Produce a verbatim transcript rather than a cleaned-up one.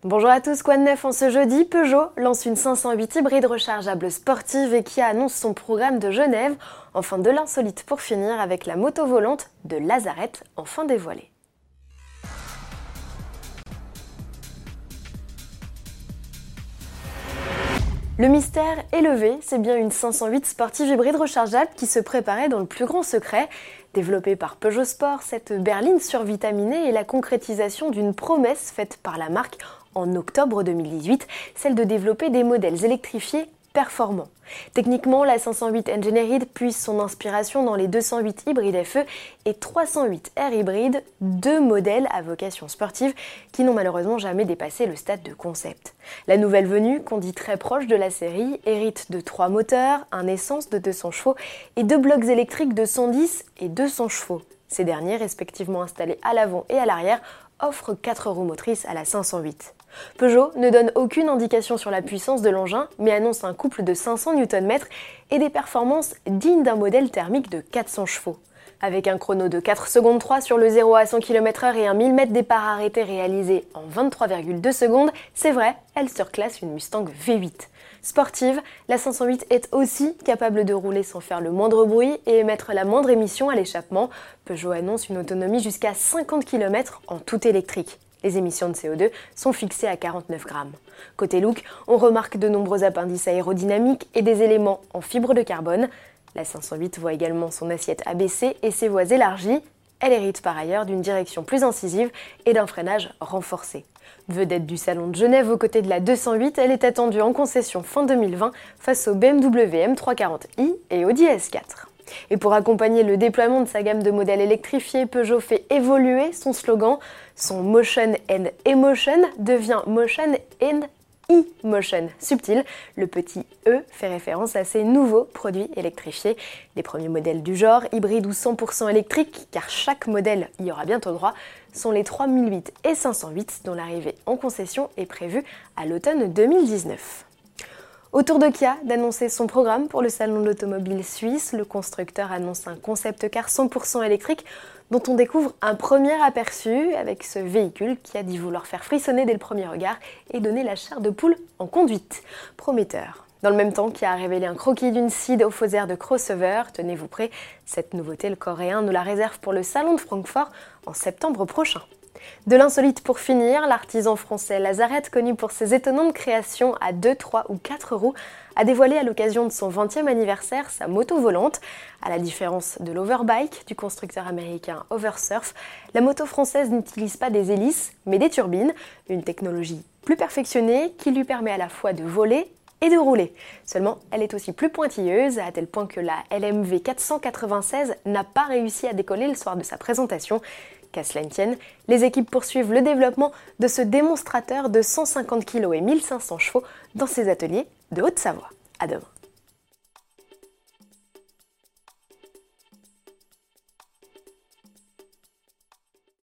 Bonjour à tous, quoi de neuf en ce jeudi? Peugeot lance une cinq cent huit hybride rechargeable sportive et Kia annonce son programme de Genève. Enfin de l'insolite pour finir avec la moto volante de Lazareth enfin dévoilée. Le mystère est levé, c'est bien une cinq cent huit sportive hybride rechargeable qui se préparait dans le plus grand secret. Développée par Peugeot Sport, cette berline survitaminée est la concrétisation d'une promesse faite par la marque en octobre deux mille dix-huit, celle de développer des modèles électrifiés performants. Techniquement, la cinq cent huit Engineered puise son inspiration dans les deux cent huit hybrides F E et trois cent huit R hybrides, deux modèles à vocation sportive qui n'ont malheureusement jamais dépassé le stade de concept. La nouvelle venue, qu'on dit très proche de la série, hérite de trois moteurs, un essence de deux cents chevaux et deux blocs électriques de cent dix et deux cents chevaux. Ces derniers, respectivement installés à l'avant et à l'arrière, offrent quatre roues motrices à la cinq cent huit. Peugeot ne donne aucune indication sur la puissance de l'engin, mais annonce un couple de cinq cents newton-mètres et des performances dignes d'un modèle thermique de quatre cents chevaux. Avec un chrono de quatre secondes trois sur le zéro à cent kilomètres heure et un mille mètres départ arrêté réalisé en vingt-trois virgule deux secondes, c'est vrai, elle surclasse une Mustang V huit. Sportive, la cinq cent huit est aussi capable de rouler sans faire le moindre bruit et émettre la moindre émission à l'échappement. Peugeot annonce une autonomie jusqu'à cinquante kilomètres en tout électrique. Les émissions de C O deux sont fixées à quarante-neuf grammes. Côté look, on remarque de nombreux appendices aérodynamiques et des éléments en fibre de carbone. La cinq cent huit voit également son assiette abaissée et ses voies élargies. Elle hérite par ailleurs d'une direction plus incisive et d'un freinage renforcé. Vedette du salon de Genève aux côtés de la deux cent huit, elle est attendue en concession fin deux mille vingt face au B M W M trois cent quarante i et Audi A S quatre. Et pour accompagner le déploiement de sa gamme de modèles électrifiés, Peugeot fait évoluer son slogan. Son Motion and Emotion devient Motion and E-Motion. Subtil, le petit E fait référence à ces nouveaux produits électrifiés. Les premiers modèles du genre, hybrides ou cent pour cent électriques, car chaque modèle y aura bientôt droit, sont les trois mille huit et cinq cent huit dont l'arrivée en concession est prévue à l'automne deux mille dix-neuf. Au tour de Kia d'annoncer son programme pour le salon de l'automobile suisse, le constructeur annonce un concept car cent pour cent électrique dont on découvre un premier aperçu avec ce véhicule qui a dit vouloir faire frissonner dès le premier regard et donner la chair de poule en conduite. Prometteur. Dans le même temps, Kia a révélé un croquis d'une Ceed au faux air de crossover. Tenez-vous prêts, cette nouveauté, le coréen nous la réserve pour le salon de Francfort en septembre prochain. De l'insolite pour finir, l'artisan français Lazareth, connu pour ses étonnantes créations à deux, trois ou quatre roues, a dévoilé à l'occasion de son vingtième anniversaire sa moto volante. À la différence de l'Overbike du constructeur américain Oversurf, la moto française n'utilise pas des hélices mais des turbines, une technologie plus perfectionnée qui lui permet à la fois de voler et de rouler. Seulement, elle est aussi plus pointilleuse, à tel point que la L M V quatre cent quatre-vingt-seize n'a pas réussi à décoller le soir de sa présentation. Qu'à cela ne tienne, les équipes poursuivent le développement de ce démonstrateur de cent cinquante kilos et mille cinq cents chevaux dans ses ateliers de Haute-Savoie. À demain.